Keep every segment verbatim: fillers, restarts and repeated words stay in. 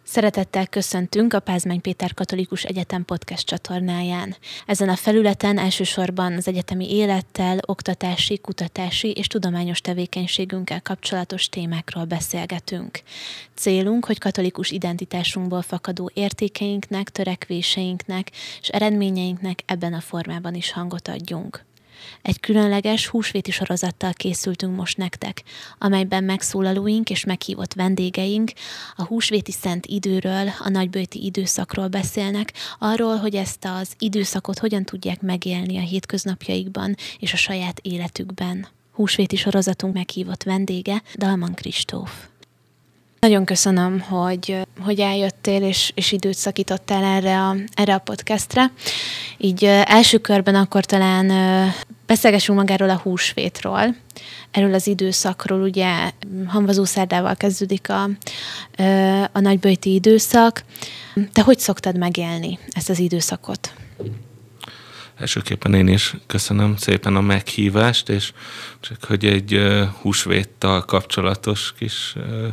Szeretettel köszöntünk a Pázmány Péter Katolikus Egyetem podcast csatornáján. Ezen a felületen elsősorban az egyetemi élettel, oktatási, kutatási és tudományos tevékenységünkkel kapcsolatos témákról beszélgetünk. Célunk, hogy katolikus identitásunkból fakadó értékeinknek, törekvéseinknek és eredményeinknek ebben a formában is hangot adjunk. Egy különleges húsvéti sorozattal készültünk most nektek, amelyben megszólalóink és meghívott vendégeink a húsvéti szent időről, a nagyböjti időszakról beszélnek, arról, hogy ezt az időszakot hogyan tudják megélni a hétköznapjaikban és a saját életükben. Húsvéti sorozatunk meghívott vendége Dalman Kristóf. Nagyon köszönöm, hogy, hogy eljöttél és, és időt szakítottál erre a, erre a podcastre. Így első körben akkor talán beszélgessünk magáról a húsvétról. Erről az időszakról, ugye hamvazószerdával kezdődik a, a nagyböjti időszak. Te hogy szoktad megélni ezt az időszakot? Elsőképpen én is köszönöm szépen a meghívást, és csak hogy egy húsvéttal kapcsolatos kis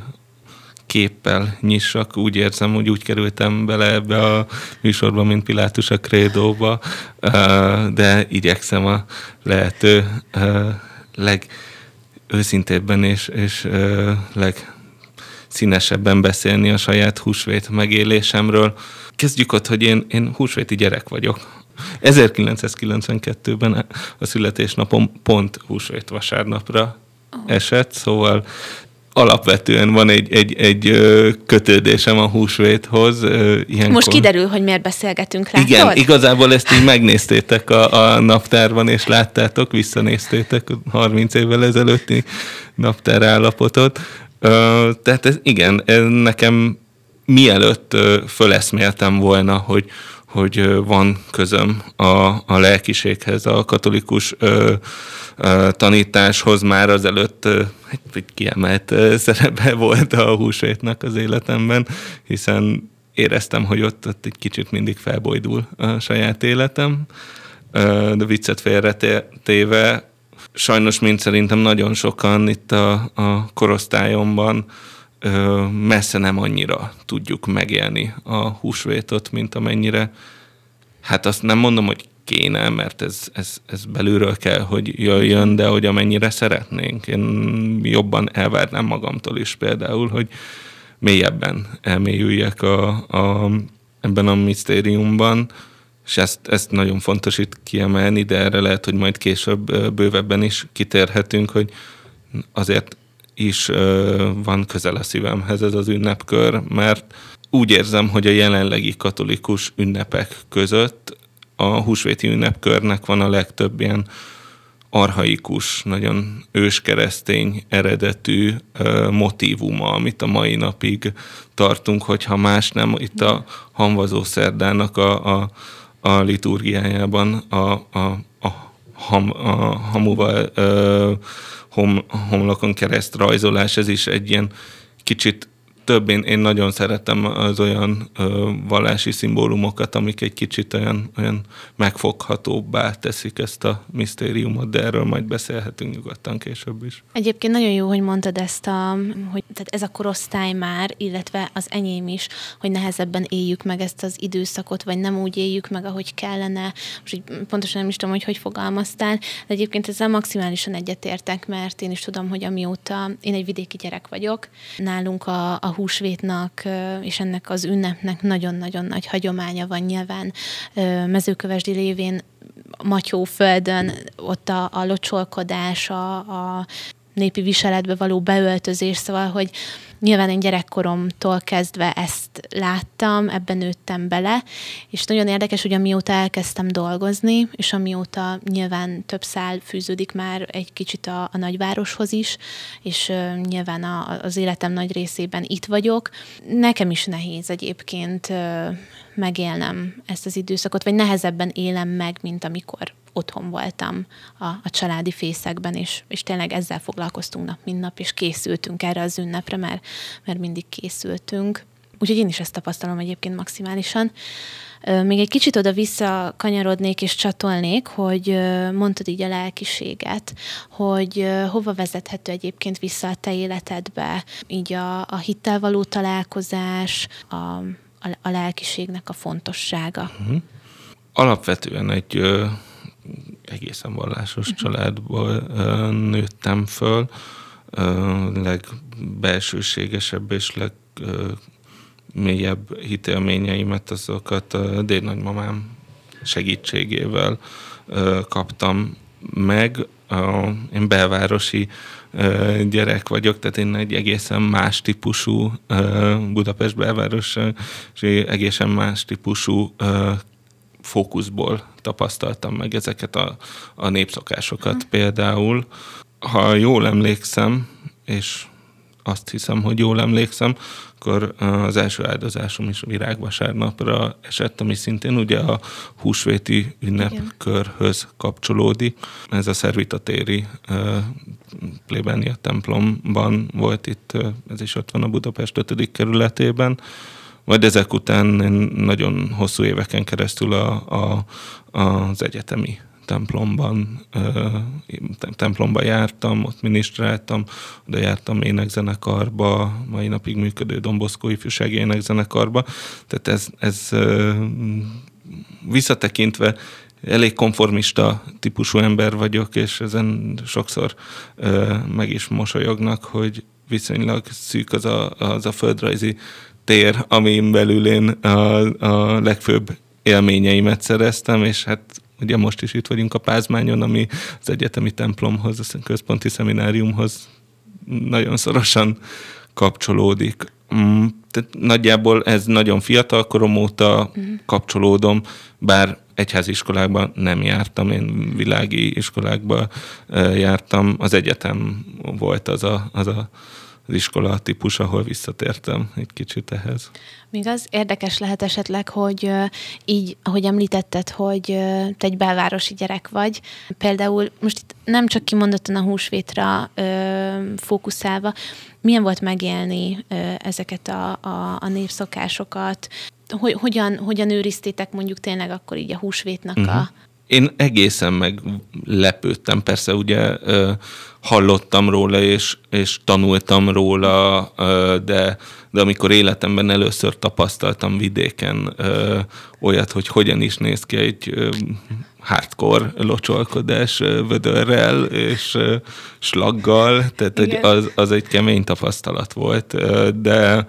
képpel nyissak. Úgy érzem, hogy úgy kerültem bele ebbe a műsorba, mint Pilátus a krédóba, de igyekszem a lehető legőszintébben és, és legszínesebben beszélni a saját húsvét megélésemről. Kezdjük ott, hogy én, én húsvéti gyerek vagyok. ezerkilencszázkilencvenkettőben a születésnapom pont húsvét vasárnapra esett, szóval alapvetően van egy, egy, egy kötődésem a húsvéthoz. Ilyenkor... Most kiderül, hogy miért beszélgetünk rá. Igen, igazából ezt így megnéztétek a, a naptárban, és láttátok, visszanéztétek harminc évvel ezelőtti naptárállapotot. Tehát ez, igen, nekem mielőtt föleszméltem volna, hogy hogy van közöm a, a lelkiséghez, a katolikus ö, ö, tanításhoz, már azelőtt ö, egy kiemelt ö, szerepe volt a húsvétnek az életemben, hiszen éreztem, hogy ott, ott egy kicsit mindig felbojdul a saját életem. Ö, de viccet félretéve, sajnos, mint szerintem nagyon sokan itt a, a korosztályomban messze nem annyira tudjuk megélni a húsvétot, mint amennyire, hát azt nem mondom, hogy kéne, mert ez, ez, ez belülről kell, hogy jöjjön, de hogy amennyire szeretnénk. Én jobban elvárnám magamtól is például, hogy mélyebben elmélyüljek a, a, ebben a misztériumban, és ezt, ezt nagyon fontos itt kiemelni, de erre lehet, hogy majd később bővebben is kitérhetünk, hogy azért is ö, van közel a szívemhez ez az ünnepkör, mert úgy érzem, hogy a jelenlegi katolikus ünnepek között a húsvéti ünnepkörnek van a legtöbb ilyen archaikus, nagyon őskeresztény eredetű ö, motívuma, amit a mai napig tartunk, hogyha más nem, itt a hamvazószerdának a, a, a liturgiájában a, a, a, ham, a hamuval ö, Hom, homlokon kereszt rajzolás, ez is egy ilyen kicsit több, én, én nagyon szeretem az olyan ö, vallási szimbólumokat, amik egy kicsit olyan, olyan megfoghatóbbá teszik ezt a misztériumot, de erről majd beszélhetünk nyugodtan később is. Egyébként nagyon jó, hogy mondtad ezt, a, hogy tehát ez a korosztály már, illetve az enyém is, hogy nehezebben éljük meg ezt az időszakot, vagy nem úgy éljük meg, ahogy kellene. Most így pontosan nem is tudom, hogy hogy fogalmaztál, de egyébként ezzel maximálisan egyetértek, mert én is tudom, hogy amióta én egy vidéki gyerek vagyok, nálunk a, a húsvétnak és ennek az ünnepnek nagyon-nagyon nagy hagyománya van nyilván. Mezőkövesdi lévén Matyóföldön ott a, a locsolkodás, a, a népi viseletbe való beöltözés, szóval, hogy nyilván én gyerekkoromtól kezdve ezt láttam, ebben nőttem bele, és nagyon érdekes, hogy amióta elkezdtem dolgozni, és amióta nyilván több szál fűződik már egy kicsit a, a nagyvároshoz is, és uh, nyilván a, az életem nagy részében itt vagyok. Nekem is nehéz egyébként uh, megélnem ezt az időszakot, vagy nehezebben élem meg, mint amikor otthon voltam a, a családi fészekben, és, és tényleg ezzel foglalkoztunk nap, mint nap, és készültünk erre az ünnepre, mert, mert mindig készültünk. Úgyhogy én is ezt tapasztalom egyébként maximálisan. Még egy kicsit oda-vissza kanyarodnék és csatolnék, hogy mondtad így a lelkiséget, hogy hova vezethető egyébként vissza a te életedbe, így a, a hittel való találkozás, a, a, a lelkiségnek a fontossága. Uh-huh. Alapvetően egy ö, egészen vallásos uh-huh. családból ö, nőttem föl, ö, legbelsőségesebb és leg ö, mélyebb hitélményeimet azokat a dédnagymamám segítségével ö, kaptam meg. A, én belvárosi ö, gyerek vagyok, tehát én egy egészen más típusú ö, Budapest belváros, és egészen más típusú ö, fókuszból tapasztaltam meg ezeket a, a népszokásokat. Mm. Például, ha jól emlékszem, és azt hiszem, hogy jól emlékszem, akkor az első áldozásom is virágvasárnapra esett, ami szintén ugye a húsvéti ünnepkörhöz kapcsolódik. Ez a szervitatéri uh, plébánia templomban volt itt, uh, ez is ott van a Budapest ötödik kerületében. Majd ezek után én nagyon hosszú éveken keresztül a, a, az egyetemi templomban, templomba jártam, ott minisztráltam, oda jártam énekzenekarba, mai napig működő Don Bosco ifjúsági énekzenekarba. Tehát ez, ez visszatekintve elég konformista típusú ember vagyok, és ezen sokszor meg is mosolyognak, hogy viszonylag szűk az a, az a földrajzi tér, amin belül én a, a legfőbb élményeimet szereztem, és hát ugye most is itt vagyunk a Pázmányon, ami az egyetemi templomhoz, a központi szemináriumhoz nagyon szorosan kapcsolódik. Tehát nagyjából ez nagyon fiatal korom óta kapcsolódom, bár egyháziskolákban nem jártam, én világi iskolákban jártam, az egyetem volt az a, az a az iskola típus, ahol visszatértem egy kicsit ehhez. Még az érdekes lehet esetleg, hogy így, ahogy említetted, hogy te egy belvárosi gyerek vagy, például most itt nem csak kimondottan a húsvétra ö, fókuszálva, milyen volt megélni ö, ezeket a, a, a népszokásokat, hogy, hogyan, hogyan őriztétek mondjuk tényleg akkor így a húsvétnak uh-huh. a... Én egészen meglepődtem, persze ugye ö, hallottam róla, és, és tanultam róla, ö, de, de amikor életemben először tapasztaltam vidéken ö, olyat, hogy hogyan is néz ki egy ö, hardcore locsolkodás ö, vödörrel és ö, slaggal, tehát egy, az, az egy kemény tapasztalat volt, ö, de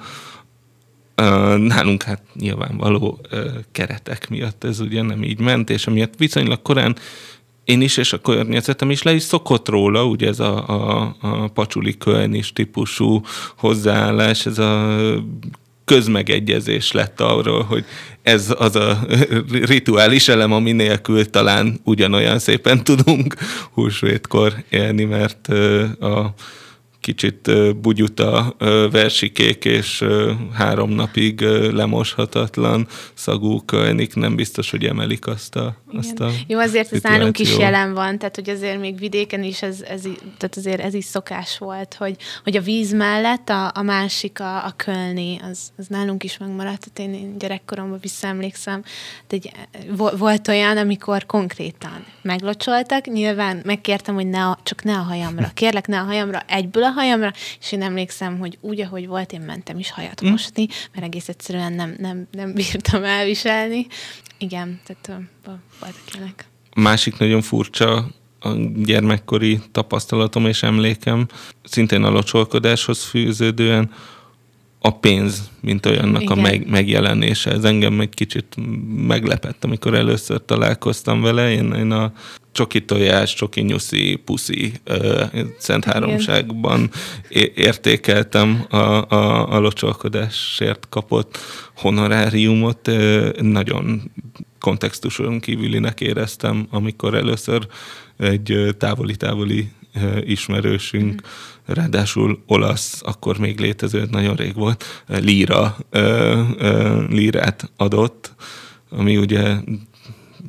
Uh, nálunk hát nyilvánvaló uh, keretek miatt ez ugye nem így ment, és emiatt viszonylag korán én is, és a környezetem is le is szokott róla, ugye ez a, a, a pacsuli kölnis típusú hozzáállás, ez a közmegegyezés lett arról, hogy ez az a rituális elem, ami nélkül talán ugyanolyan szépen tudunk húsvétkor élni, mert uh, a kicsit bugyuta versikék és három napig lemoshatatlan szagú kölnik, nem biztos, hogy emelik azt a, azt a Jó, azért ez nálunk is jelen van, tehát hogy azért még vidéken is ez, ez, tehát azért ez is szokás volt, hogy, hogy a víz mellett a, a másik, a, a kölni, az, az nálunk is megmaradt, tehát én, én gyerekkoromban visszaemlékszem, egy, volt olyan, amikor konkrétan meglocsoltak, nyilván megkértem, hogy ne a, csak ne a hajamra, kérlek ne a hajamra, egyből a hajamra, és én emlékszem, hogy úgy, ahogy volt, én mentem is hajat mm. mosni, mert egész egyszerűen nem, nem, nem bírtam elviselni. Igen, tehát voltak ilyenek. Másik nagyon furcsa a gyermekkori tapasztalatom és emlékem, szintén a locsolkodáshoz fűződően, a pénz, mint olyannak Igen. a meg, megjelenése. Ez engem egy kicsit meglepett, amikor először találkoztam vele. Én, én a csoki tojás, csoki nyuszi, puszi uh, Szent Háromságban értékeltem a, a, a locsolkodásért kapott honoráriumot. Uh, nagyon kontextuson kívülinek éreztem, amikor először egy távoli-távoli uh, ismerősünk, mm. ráadásul olasz, akkor még létező, nagyon rég volt, líra, uh, uh, lírát adott, ami ugye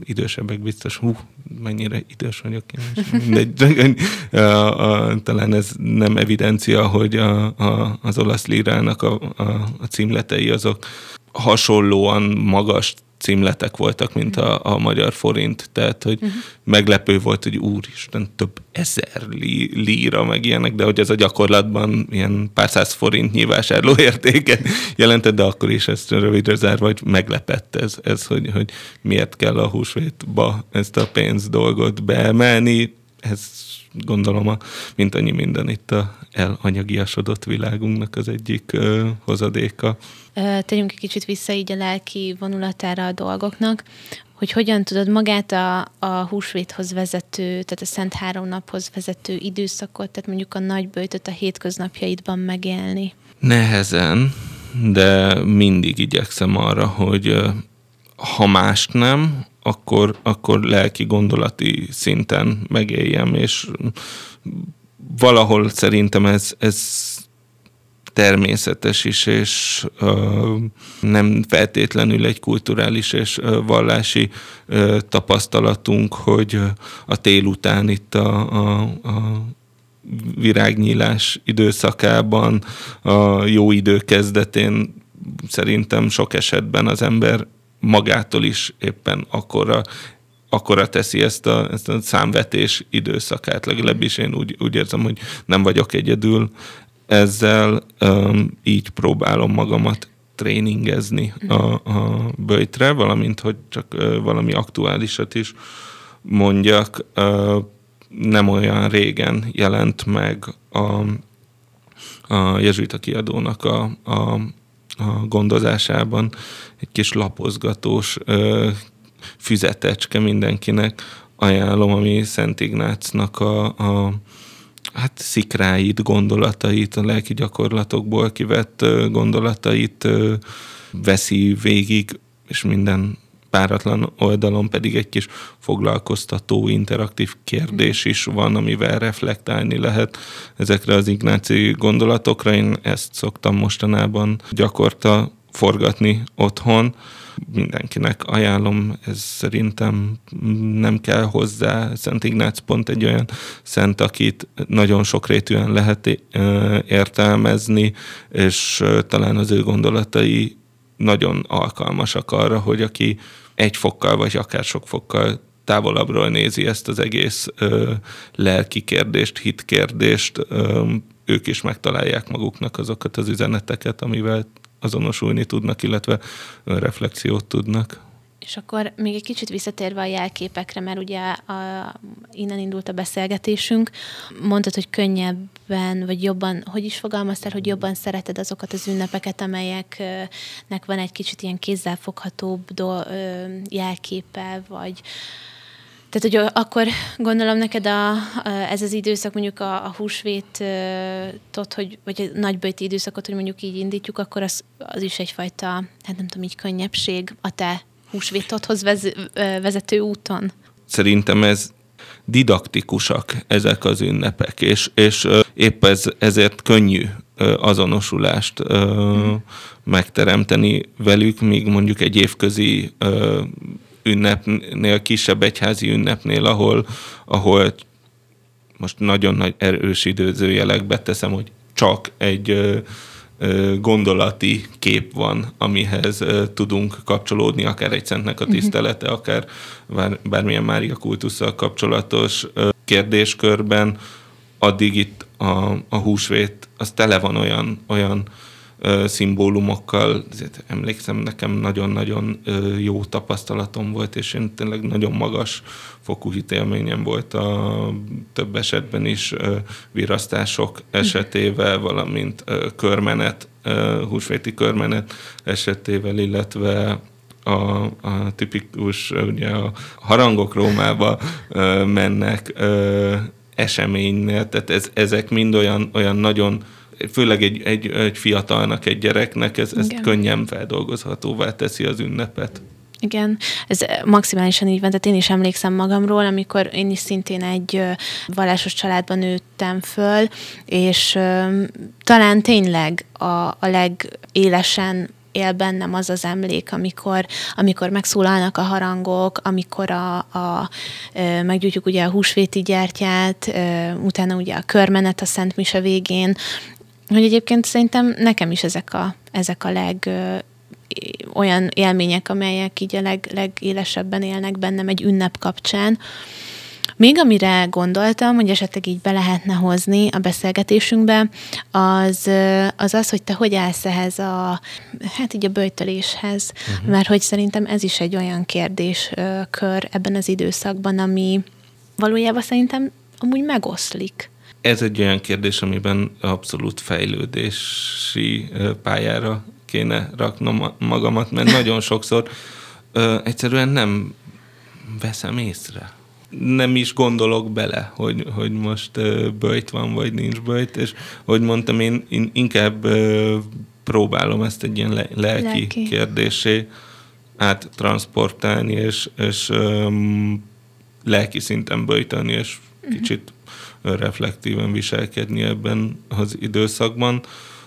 idősebbek biztos, hú, mennyire idős vagyok én. Mindegy, a, a, talán ez nem evidencia, hogy a, a, az olasz lírának a, a, a címletei azok hasonlóan magas címletek voltak, mint a, a magyar forint. Tehát, hogy uh-huh. meglepő volt, hogy úristen, több ezer lí, líra, meg ilyenek, de hogy ez a gyakorlatban ilyen pár száz forintnyi vásárlóértéket jelentett, de akkor is ezt rövidre zárva, hogy meglepett ez, ez hogy, hogy miért kell a húsvétba ezt a pénz dolgot beemelni. Ez gondolom, a, mint annyi minden itt a elanyagiasodott világunknak az egyik ö, hozadéka. Tegyünk egy kicsit vissza így a lelki vonulatára a dolgoknak, hogy hogyan tudod magát a, a húsvéthoz vezető, tehát a Szent Három naphoz vezető időszakot, tehát mondjuk a nagyböjtöt a hétköznapjaidban megélni? Nehezen, de mindig igyekszem arra, hogy ha mást nem, akkor, akkor lelki gondolati szinten megéljem, és valahol szerintem ez, ez természetes is, és ö, nem feltétlenül egy kulturális és ö, vallási ö, tapasztalatunk, hogy a tél után itt a, a, a virágnyílás időszakában, a jó idő kezdetén szerintem sok esetben az ember magától is éppen akkora, akkora teszi ezt a, ezt a számvetés időszakát. Legalábbis én úgy, úgy érzem, hogy nem vagyok egyedül ezzel, um, így próbálom magamat tréningezni a, a böjtre, valamint, hogy csak uh, valami aktuálisat is mondjak. Uh, nem olyan régen jelent meg a, a jezsuita kiadónak a, a, a gondozásában egy kis lapozgatós uh, füzetecske, mindenkinek ajánlom, ami Szent Ignácnak a, a hát szikráit, gondolatait, a lelki gyakorlatokból kivett gondolatait veszi végig, és minden páratlan oldalon pedig egy kis foglalkoztató, interaktív kérdés is van, amivel reflektálni lehet ezekre az ignáci gondolatokra. Én ezt szoktam mostanában gyakorta forgatni otthon. Mindenkinek ajánlom, ez szerintem nem kell hozzá. Szent Ignác pont egy olyan szent, akit nagyon sokrétűen lehet értelmezni, és talán az ő gondolatai nagyon alkalmasak arra, hogy aki egy fokkal, vagy akár sok fokkal távolabbról nézi ezt az egész ö, lelki kérdést, hitkérdést, ö, ők is megtalálják maguknak azokat az üzeneteket, amivel azonosulni tudnak, illetve önreflexiót tudnak. És akkor még egy kicsit visszatérve a jelképekre, mert ugye a, innen indult a beszélgetésünk, mondtad, hogy könnyebben, vagy jobban, hogy is fogalmaztál, hogy jobban szereted azokat az ünnepeket, amelyeknek van egy kicsit ilyen kézzelfoghatóbb do, jelképe, vagy tehát, hogy akkor gondolom neked a, a, ez az időszak, mondjuk a, a húsvétot, hogy, vagy a nagyböjti időszakot, hogy mondjuk így indítjuk, akkor az, az is egyfajta, hát nem tudom, így könnyebbség a te húsvétodhoz vez, vezető úton. Szerintem ez didaktikusak ezek az ünnepek, és, és épp ez, ezért könnyű azonosulást hmm. megteremteni velük, míg mondjuk egy évközi ünnepnél, kisebb egyházi ünnepnél, ahol, ahol most nagyon nagy erős időzőjelekbe teszem, hogy csak egy ö, ö, gondolati kép van, amihez ö, tudunk kapcsolódni, akár egy szentnek a tisztelete, akár bár, bármilyen Mária kultusszal kapcsolatos ö, kérdéskörben, addig itt a, a húsvét, az tele van olyan, olyan szimbólumokkal. Emlékszem, nekem nagyon-nagyon jó tapasztalatom volt, és én tényleg nagyon magas fokú hitélményem volt a több esetben is virasztások esetével, valamint körmenet, húsvéti körmenet esetével, illetve a, a tipikus, ugye a harangok Rómába mennek eseménynél, tehát ez, ezek mind olyan, olyan nagyon, főleg egy, egy, egy fiatalnak, egy gyereknek ez, ez könnyen feldolgozhatóvá teszi az ünnepet. Igen, ez maximálisan így van, tehát én is emlékszem magamról, amikor én is szintén egy vallásos családban nőttem föl, és talán tényleg a, a legélesen él bennem az az emlék, amikor, amikor megszólalnak a harangok, amikor a, a, meggyújtjuk ugye a húsvéti gyertyát, utána ugye a körmenet a Szent Mise végén, hogy egyébként szerintem nekem is ezek a, ezek a leg olyan élmények, amelyek így a leg, legélesebben élnek bennem egy ünnep kapcsán. Még amire gondoltam, hogy esetleg így be lehetne hozni a beszélgetésünkbe, az az, az hogy te hogy állsz ehhez a, hát így a böjtöléshez, uh-huh. mert hogy szerintem ez is egy olyan kérdéskör ebben az időszakban, ami valójában szerintem amúgy megoszlik. Ez egy olyan kérdés, amiben abszolút fejlődési pályára kéne raknom magamat, mert nagyon sokszor ö, egyszerűen nem veszem észre. Nem is gondolok bele, hogy, hogy most ö, böjt van, vagy nincs böjt, és hogy mondtam, én, én inkább ö, próbálom ezt egy ilyen le, lelki, lelki kérdésé áttranszportálni, és, és ö, lelki szinten böjteni, és uh-huh. kicsit reflektíven viselkedni ebben az időszakban.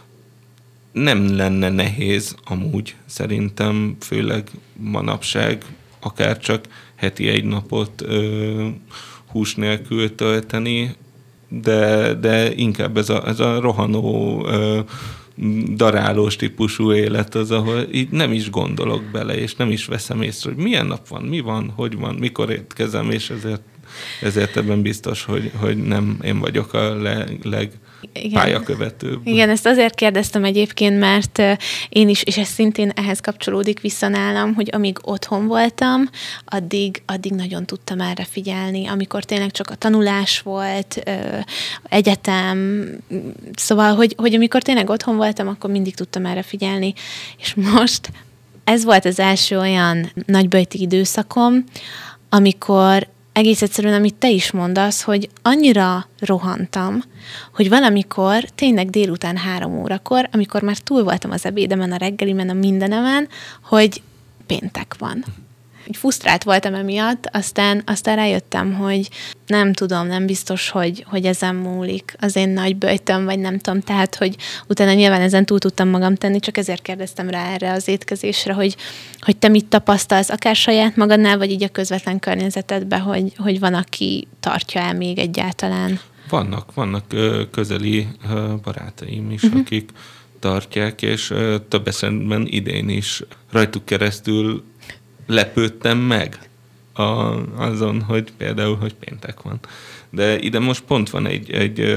Nem lenne nehéz amúgy, szerintem, főleg manapság, akár csak heti egy napot ö, hús nélkül tölteni, de, de inkább ez a, ez a rohanó, ö, darálós típusú élet az, ahol így nem is gondolok bele, és nem is veszem észre, hogy milyen nap van, mi van, hogy van, mikor étkezem, és ezért, ezért ebben biztos, hogy, hogy nem én vagyok a leg, leg Igen. pályakövetőbb. Igen, ezt azért kérdeztem egyébként, mert én is, és ez szintén ehhez kapcsolódik vissza nálam, hogy amíg otthon voltam, addig, addig nagyon tudtam erre figyelni, amikor tényleg csak a tanulás volt, egyetem, szóval, hogy, hogy amikor tényleg otthon voltam, akkor mindig tudtam erre figyelni, és most ez volt az első olyan nagyböjti időszakom, amikor egész egyszerűen, amit te is mondasz, hogy annyira rohantam, hogy valamikor, tényleg délután három órakor, amikor már túl voltam az ebédemen, a reggelimen, a mindenemen, hogy péntek van. Fusztrált voltam emiatt, aztán, aztán rájöttem, hogy nem tudom, nem biztos, hogy, hogy ezen múlik az én nagy böjtöm, vagy nem tudom, tehát, hogy utána nyilván ezen túl tudtam magam tenni, csak ezért kérdeztem rá erre az étkezésre, hogy, hogy te mit tapasztalsz, akár saját magadnál, vagy így a közvetlen környezetedben, hogy, hogy van, aki tartja el még egyáltalán. Vannak, vannak közeli barátaim is, uh-huh. akik tartják, és több esetben idén is rajtuk keresztül lepődtem meg a, azon, hogy például, hogy péntek van. De ide most pont van egy, egy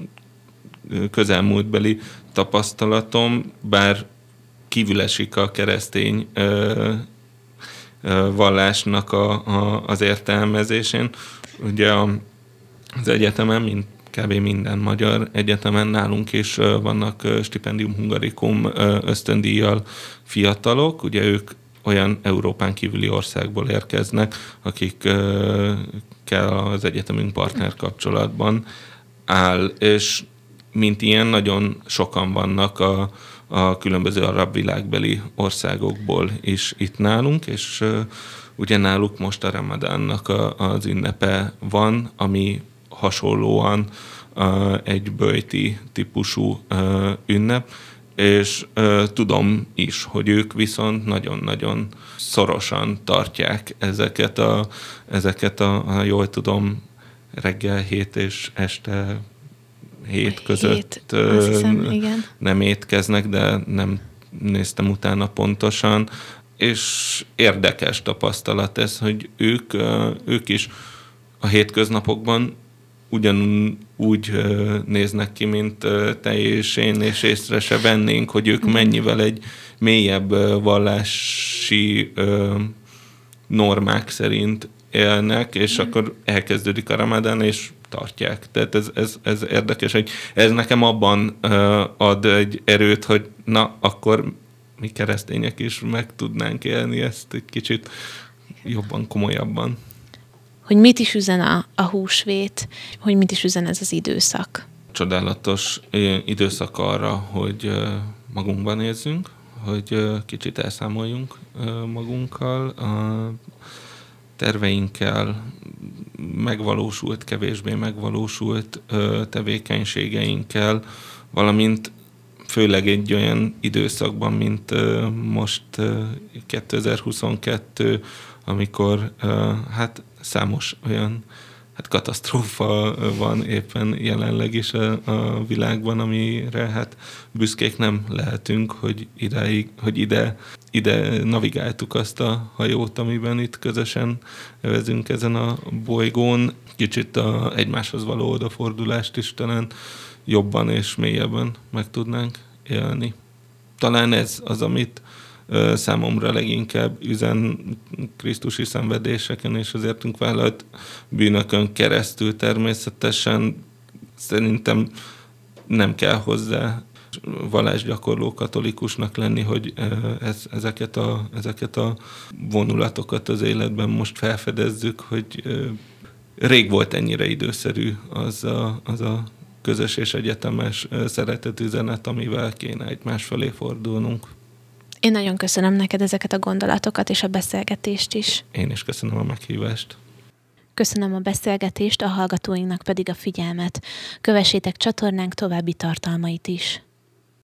közelmúltbeli tapasztalatom, bár kívül esik a keresztény ö, ö, vallásnak a, a, az értelmezésén. Ugye a, az egyetemen, mint kb. Minden magyar egyetemen nálunk is vannak stipendium hungarikum ösztöndíjjal fiatalok, ugye ők olyan Európán kívüli országból érkeznek, akikkel az egyetemünk partner kapcsolatban áll, és mint ilyen nagyon sokan vannak a, a különböző arab világbeli országokból is itt nálunk, és uh, ugye náluk most a Ramadánnak a, az ünnepe van, ami hasonlóan uh, egy böjti típusú uh, ünnep, és uh, tudom is, hogy ők viszont nagyon-nagyon szorosan tartják ezeket a, ezeket a, ha jól tudom, reggel hét és este hét között hét, uh, hiszem, igen. nem étkeznek, de nem néztem utána pontosan, és érdekes tapasztalat ez, hogy ők, uh, ők is a hétköznapokban ugyanúgy uh, néznek ki, mint uh, te és én, és észre se vennénk, hogy ők mennyivel egy mélyebb uh, vallási uh, normák szerint élnek, és mm. akkor elkezdődik a Ramadán, és tartják. Tehát ez, ez, ez érdekes, hogy ez nekem abban uh, ad egy erőt, hogy na, akkor mi keresztények is meg tudnánk élni ezt egy kicsit jobban, komolyabban. Hogy mit is üzen a, a húsvét, hogy mit is üzen ez az időszak. Csodálatos időszak arra, hogy magunkban nézzünk, hogy kicsit elszámoljunk magunkkal, a terveinkkel, megvalósult, kevésbé megvalósult tevékenységeinkkel, valamint főleg egy olyan időszakban, mint most kétezer-huszonkettő, amikor hát számos olyan hát katasztrófa van éppen jelenleg is a, a világban, amire hát büszkék nem lehetünk, hogy, idáig, hogy ide, ide navigáltuk azt a hajót, amiben itt közösen vezünk ezen a bolygón. Kicsit a egymáshoz való odafordulást is talán jobban és mélyebben meg tudnánk élni. Talán ez az, amit számomra leginkább üzen krisztusi szenvedéseken és az értünk vállalt bűnökön keresztül. Természetesen szerintem nem kell hozzá vallásgyakorló katolikusnak lenni, hogy ez, ezeket, a, ezeket a vonulatokat az életben most felfedezzük, hogy rég volt ennyire időszerű az a, az a közös és egyetemes szeretetüzenet, amivel kéne egymás felé fordulnunk. Én nagyon köszönöm neked ezeket a gondolatokat és a beszélgetést is. Én is köszönöm a meghívást. Köszönöm a beszélgetést, a hallgatóinknak pedig a figyelmet. Kövessétek csatornánk további tartalmait is.